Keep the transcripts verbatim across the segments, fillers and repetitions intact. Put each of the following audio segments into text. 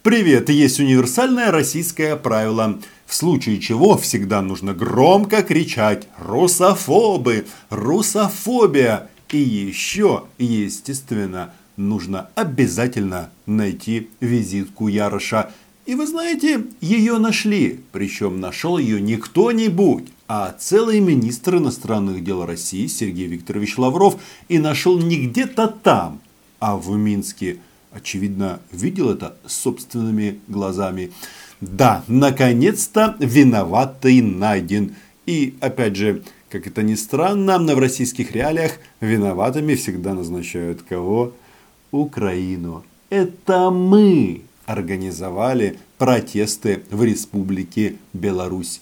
Привет, есть универсальное российское правило. В случае чего всегда нужно громко кричать «Русофобы! Русофобия!» И еще, естественно, нужно обязательно найти визитку Яроша. И вы знаете, ее нашли. Причем нашел ее не кто-нибудь, а целый министр иностранных дел России Сергей Викторович Лавров. И нашел не где-то там, а в Минске. Очевидно, видел это собственными глазами. Да, наконец-то виноватый найден. И опять же, как это ни странно, в российских реалиях виноватыми всегда назначают кого? Украину. Это мы организовали протесты в Республике Беларусь.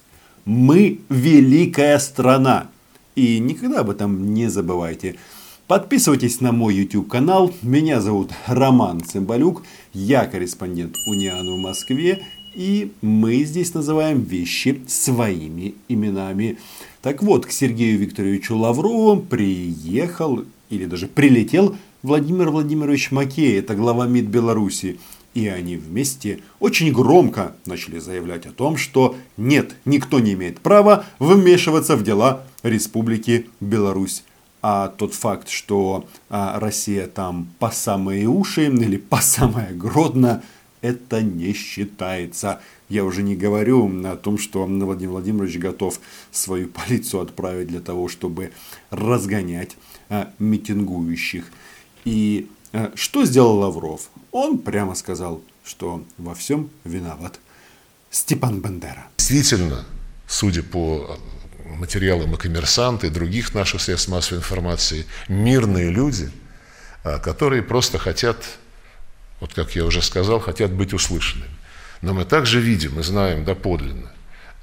Мы великая страна. И никогда об этом не забывайте. Подписывайтесь на мой YouTube канал. Меня зовут Роман Цымбалюк. Я корреспондент Униана в Москве. И мы здесь называем вещи своими именами. Так вот, к Сергею Викторовичу Лаврову приехал или даже прилетел Владимир Владимирович Макей. Это глава МИД Беларуси. И они вместе очень громко начали заявлять о том, что нет, никто не имеет права вмешиваться в дела Республики Беларусь. А тот факт, что а, Россия там по самые уши или по самое гродно, это не считается. Я уже не говорю о том, что Владимир Владимирович готов свою полицию отправить для того, чтобы разгонять а, митингующих. И а, что сделал Лавров? Он прямо сказал, что во всем виноват Степан Бандера. Действительно, судя по материалам и «Коммерсанта», и других наших средств массовой информации, мирные люди, которые просто хотят, вот как я уже сказал, хотят быть услышанными. Но мы также видим и знаем доподлинно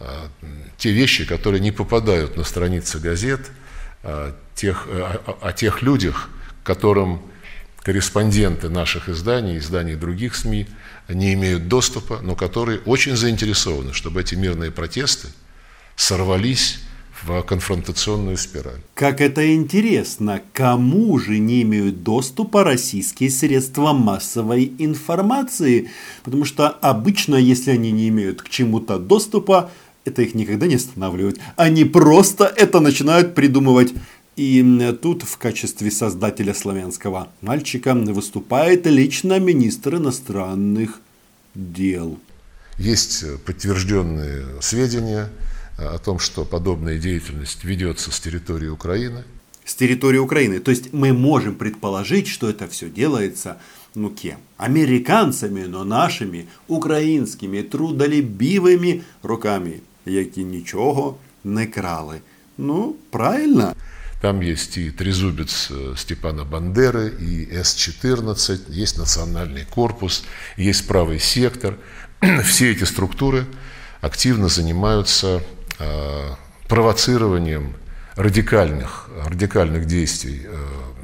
те вещи, которые не попадают на страницы газет, о тех, о, о тех людях, к которым корреспонденты наших изданий, изданий других СМИ не имеют доступа, но которые очень заинтересованы, чтобы эти мирные протесты сорвались в конфронтационную спираль. Как это интересно, кому же не имеют доступа российские средства массовой информации? Потому что обычно, если они не имеют к чему-то доступа, это их никогда не останавливает. Они просто это начинают придумывать. И тут в качестве создателя славянского мальчика выступает лично министр иностранных дел. Есть подтвержденные сведения о том, что подобная деятельность ведется с территории Украины. С территории Украины. То есть мы можем предположить, что это все делается, ну кем? Американцами, но нашими українськими трудолюбивими руками, які нічого не крали. Ну, правильно. Там есть и трезубец Степана Бандеры, и эс четырнадцать, есть национальный корпус, есть правый сектор. Все эти структуры активно занимаются э, провоцированием радикальных, радикальных действий э,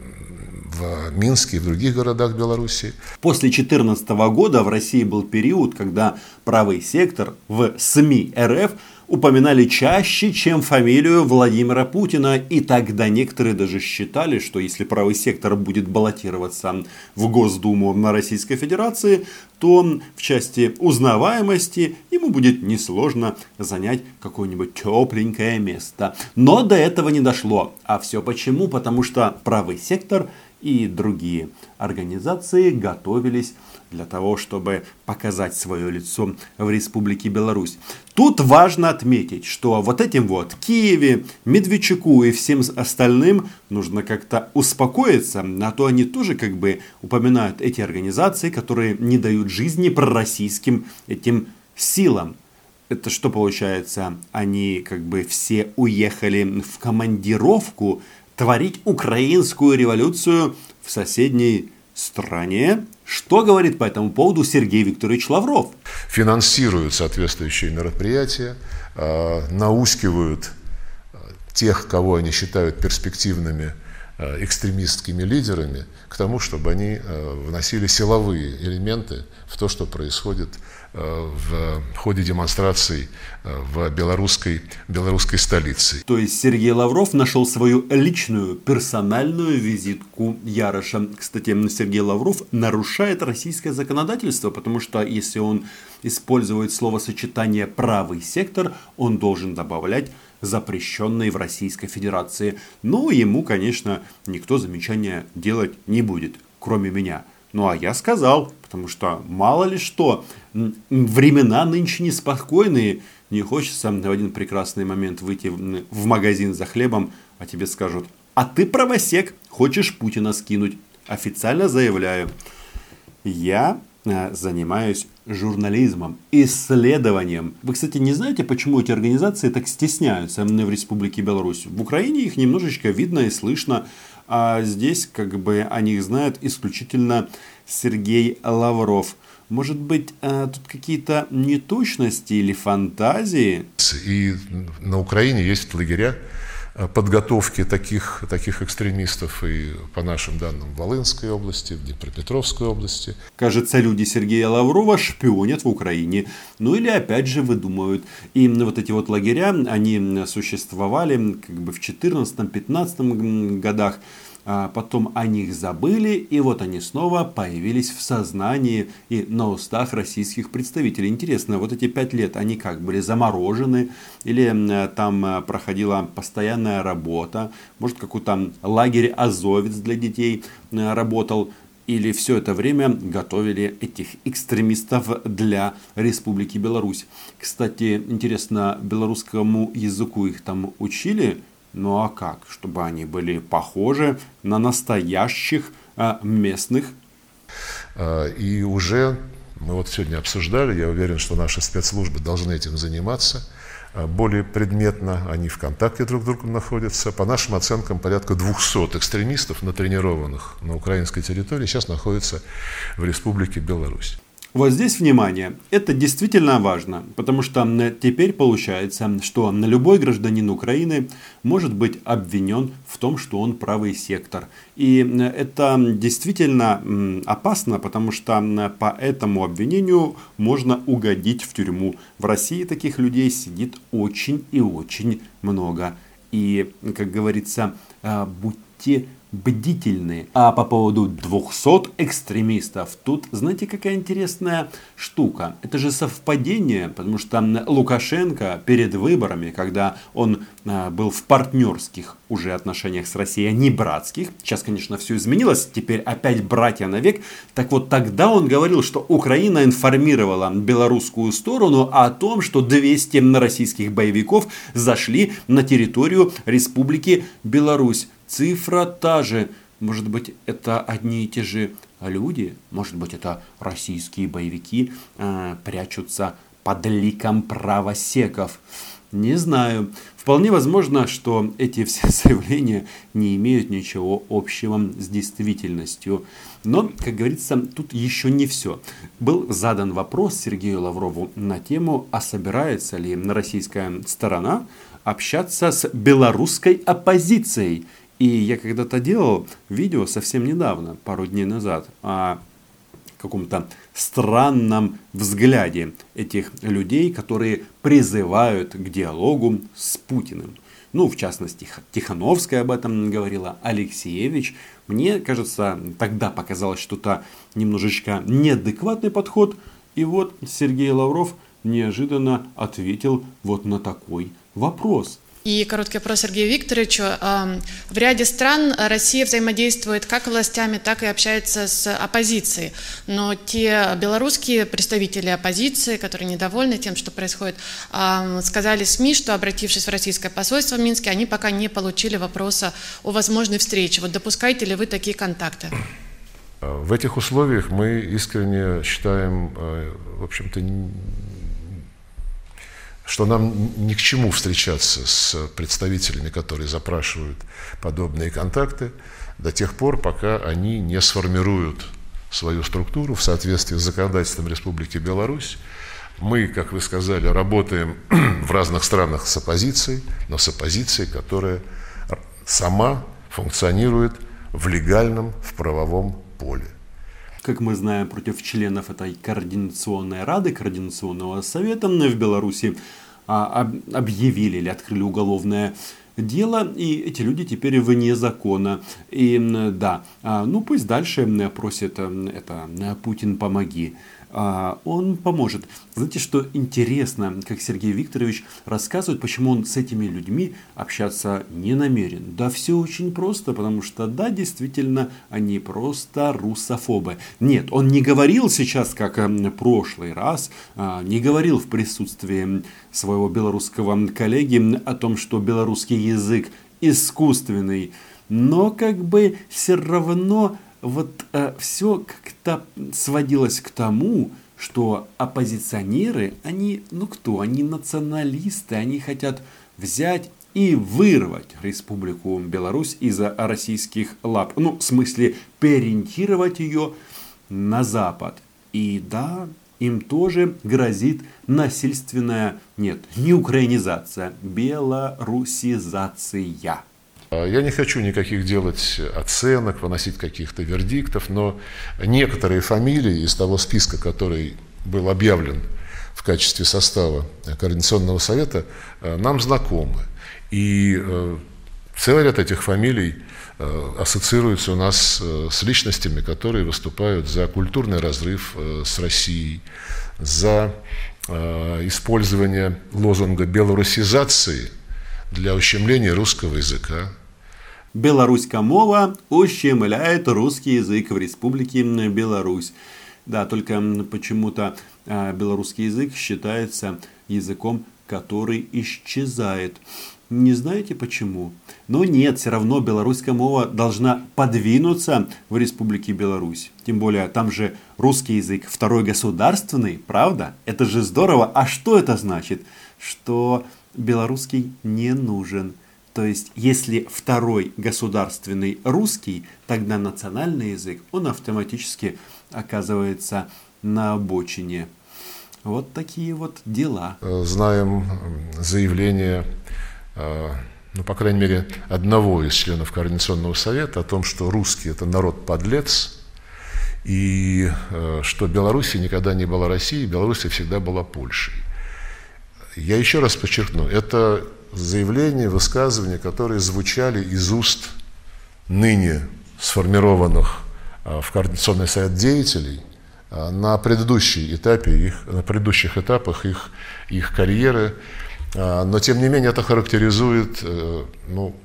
в Минске и в других городах Беларуси. После две тысячи четырнадцатого года в России был период, когда правый сектор в СМИ РФ упоминали чаще, чем фамилию Владимира Путина. И тогда некоторые даже считали, что если правый сектор будет баллотироваться в Госдуму на Российской Федерации, то в части узнаваемости ему будет несложно занять какое-нибудь тепленькое место. Но до этого не дошло. А все почему? Потому что правый сектор и другие организации готовились для того, чтобы показать свое лицо в Республике Беларусь. Тут важно отметить, что вот этим вот Киеве, Медведчуку и всем остальным нужно как-то успокоиться, а то они тоже как бы упоминают эти организации, которые не дают жизни пророссийским этим силам. Это что получается? Они как бы все уехали в командировку творить украинскую революцию в соседней стране. Что говорит по этому поводу Сергей Викторович Лавров? Финансируют соответствующие мероприятия, наускивают тех, кого они считают перспективными экстремистскими лидерами к тому, чтобы они вносили силовые элементы в то, что происходит в ходе демонстраций в белорусской, белорусской столице. То есть Сергей Лавров нашел свою личную, персональную визитку Яроша. Кстати, Сергей Лавров нарушает российское законодательство, потому что если он использует словосочетание «правый сектор», он должен добавлять запрещенные в Российской Федерации. Но ему, конечно, никто замечания делать не будет, кроме меня. Ну а я сказал, потому что мало ли что, времена нынче неспокойные, не хочется в один прекрасный момент выйти в магазин за хлебом, а тебе скажут: а ты правосек, хочешь Путина скинуть. Официально заявляю, я занимаюсь журнализмом, исследованием. Вы, кстати, не знаете, почему эти организации так стесняются в Республике Беларусь? В Украине их немножечко видно и слышно, а здесь как бы о них знает исключительно Сергей Лавров. Может быть, тут какие-то неточности или фантазии? И на Украине есть лагеря подготовки таких, таких экстремистов и, по нашим данным, в Волынской области, в Днепропетровской области. Кажется, люди Сергея Лаврова шпионят в Украине. Ну или опять же выдумывают. И вот эти вот лагеря, они существовали как бы в четырнадцатом-пятнадцатом годах. А потом о них забыли, и вот они снова появились в сознании и на устах российских представителей. Интересно, вот эти пять лет, они как, были заморожены? Или там проходила постоянная работа? Может, какой-то лагерь «Азовец» для детей работал? Или все это время готовили этих экстремистов для Республики Беларусь? Кстати, интересно, белорусскому языку их там учили? Ну а как? Чтобы они были похожи на настоящих а, местных. И уже мы вот сегодня обсуждали, я уверен, что наши спецслужбы должны этим заниматься более предметно. Они в контакте друг с другом находятся. По нашим оценкам, порядка двухсот экстремистов, натренированных на украинской территории, сейчас находятся в Республике Беларусь. Вот здесь внимание, это действительно важно, потому что теперь получается, что любой гражданин Украины может быть обвинен в том, что он правый сектор. И это действительно опасно, потому что по этому обвинению можно угодить в тюрьму. В России таких людей сидит очень и очень много. И, как говорится, будьте бдительны. А по поводу двухсот экстремистов, тут, знаете, какая интересная штука? Это же совпадение, потому что Лукашенко перед выборами, когда он а, был в партнерских уже отношениях с Россией, а не братских, сейчас, конечно, все изменилось, теперь опять братья навек, так вот тогда он говорил, что Украина информировала белорусскую сторону о том, что двести российских боевиков зашли на территорию Республики Беларусь. Цифра та же. Может быть, это одни и те же люди? Может быть, это российские боевики э, прячутся под ликом правосеков? Не знаю. Вполне возможно, что эти все заявления не имеют ничего общего с действительностью. Но, как говорится, тут еще не все. Был задан вопрос Сергею Лаврову на тему, а собирается ли российская сторона общаться с белорусской оппозицией. И я когда-то делал видео совсем недавно, пару дней назад, о каком-то странном взгляде этих людей, которые призывают к диалогу с Путиным. Ну, в частности, Тихановская об этом говорила, Алексеевич. Мне кажется, тогда показалось что-то немножечко неадекватный подход. И вот Сергей Лавров неожиданно ответил вот на такой вопрос. И короткий вопрос Сергею Викторовичу. В ряде стран Россия взаимодействует как властями, так и общается с оппозицией. Но те белорусские представители оппозиции, которые недовольны тем, что происходит, сказали СМИ, что, обратившись в российское посольство в Минске, они пока не получили вопроса о возможной встрече. Вот допускаете ли вы такие контакты? В этих условиях мы искренне считаем, в общем-то, что нам ни к чему встречаться с представителями, которые запрашивают подобные контакты, до тех пор, пока они не сформируют свою структуру в соответствии с законодательством Республики Беларусь. Мы, как вы сказали, работаем в разных странах с оппозицией, но с оппозицией, которая сама функционирует в легальном, в правовом поле. Как мы знаем, против членов этой координационной рады, координационного совета в Беларуси объявили или открыли уголовное дело, и эти люди теперь вне закона. И да, ну пусть дальше просит это Путин помоги. Он поможет. Знаете, что интересно, как Сергей Викторович рассказывает, почему он с этими людьми общаться не намерен. Да все очень просто, потому что, да, действительно, они просто русофобы. Нет, он не говорил сейчас, как в прошлый раз, не говорил в присутствии своего белорусского коллеги о том, что белорусский язык искусственный, но как бы все равно вот э, все как-то сводилось к тому, что оппозиционеры, они, ну кто, они националисты, они хотят взять и вырвать Республику Беларусь из российских лап. Ну, в смысле, переориентировать ее на Запад. И да, им тоже грозит насильственная, нет, не украинизация, белорусизация. Я не хочу никаких делать оценок, выносить каких-то вердиктов, но некоторые фамилии из того списка, который был объявлен в качестве состава Координационного совета, нам знакомы. И целый ряд этих фамилий ассоциируется у нас с личностями, которые выступают за культурный разрыв с Россией, за использование лозунга белорусизации для ущемления русского языка. Белорусская мова ущемляет русский язык в Республике Беларусь. Да, только почему-то белорусский язык считается языком, который исчезает. Не знаете почему? Но нет, все равно белорусская мова должна подвинуться в Республике Беларусь. Тем более, там же русский язык второй государственный, правда? Это же здорово. А что это значит? Что белорусский не нужен. То есть, если второй государственный русский, тогда национальный язык, он автоматически оказывается на обочине. Вот такие вот дела. Знаем заявление, ну, по крайней мере, одного из членов Координационного совета о том, что русский – это народ-подлец, и что Белоруссия никогда не была Россией, Белоруссия всегда была Польшей. Я еще раз подчеркну, это заявления, высказывания, которые звучали из уст ныне сформированных в Координационный совет деятелей на предыдущей этапе их, на предыдущих этапах их, их карьеры. Но, тем не менее, это характеризует ну,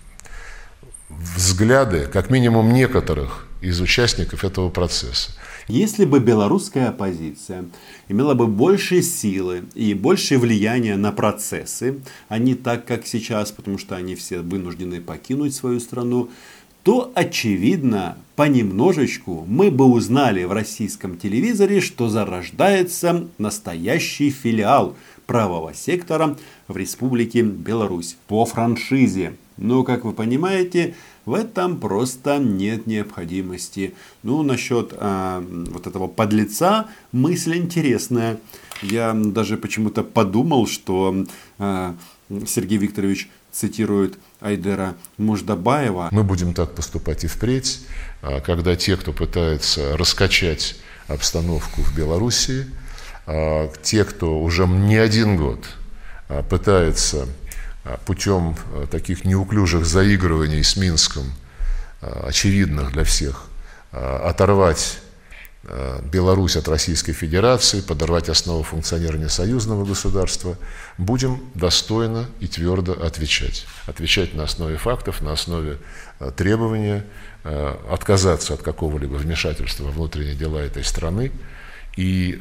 взгляды, как минимум, некоторых из участников этого процесса. Если бы белорусская оппозиция имела бы больше силы и больше влияния на процессы, а не так, как сейчас, потому что они все вынуждены покинуть свою страну, то, очевидно, понемножечку мы бы узнали в российском телевизоре, что зарождается настоящий филиал правого сектора в Республике Беларусь по франшизе. Но, как вы понимаете, в этом просто нет необходимости. Ну, насчет э, вот этого подлеца мысль интересная. Я даже почему-то подумал, что э, Сергей Викторович цитирует Айдера Муждабаева. Мы будем так поступать и впредь, когда те, кто пытается раскачать обстановку в Белоруссии, те, кто уже не один год пытается путем таких неуклюжих заигрываний с Минском, очевидных для всех, оторвать Беларусь от Российской Федерации, подорвать основу функционирования союзного государства, будем достойно и твердо отвечать. Отвечать на основе фактов, на основе требования, отказаться от какого-либо вмешательства во внутренние дела этой страны и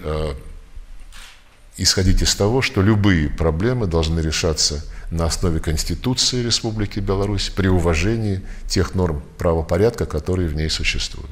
исходить из того, что любые проблемы должны решаться на основе Конституции Республики Беларусь при уважении тех норм правопорядка, которые в ней существуют.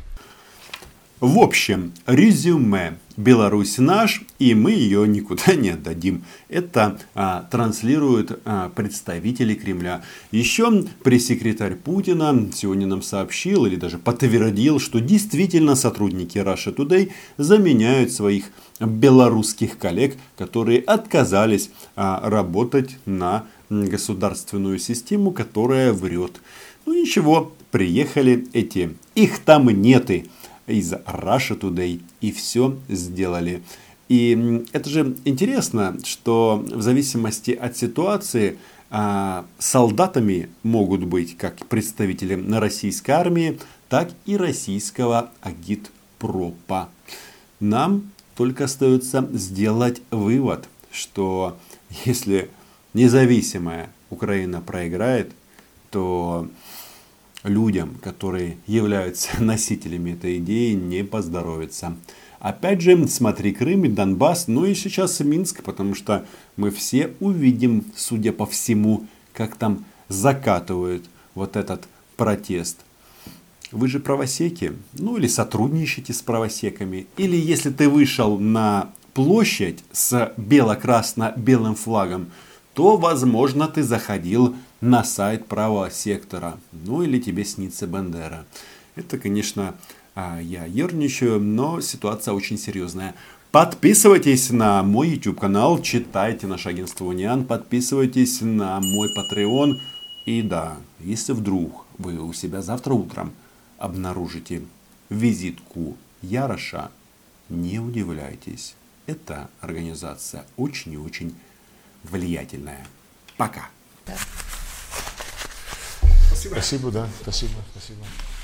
В общем, резюме. Беларусь наш, и мы ее никуда не отдадим. Это а, транслируют а, представители Кремля. Еще пресс-секретарь Путина сегодня нам сообщил или даже подтвердил, что действительно сотрудники Russia Today заменяют своих белорусских коллег, которые отказались а, работать на государственную систему, которая врет. Ну ничего, приехали эти их там неты из Russia Today и все сделали. И это же интересно, что в зависимости от ситуации а, солдатами могут быть как представители российской армии, так и российского агитпропа. Нам только остается сделать вывод, что если независимая Украина проиграет, то людям, которые являются носителями этой идеи, не поздоровится. Опять же, смотри Крым и Донбасс, ну и сейчас Минск, потому что мы все увидим, судя по всему, как там закатывают вот этот протест. Вы же правосеки, ну или сотрудничаете с правосеками, или если ты вышел на площадь с бело-красно-белым флагом, то, возможно, ты заходил на сайт правого сектора, ну или тебе снится Бандера. Это, конечно, я ерничаю, но ситуация очень серьезная. Подписывайтесь на мой YouTube канал, читайте наше агентство Униан, подписывайтесь на мой Patreon. И да, если вдруг вы у себя завтра утром обнаружите визитку Яроша, не удивляйтесь. Эта организация очень и очень влиятельная. Пока. Да. Спасибо. Спасибо, да. Спасибо, спасибо.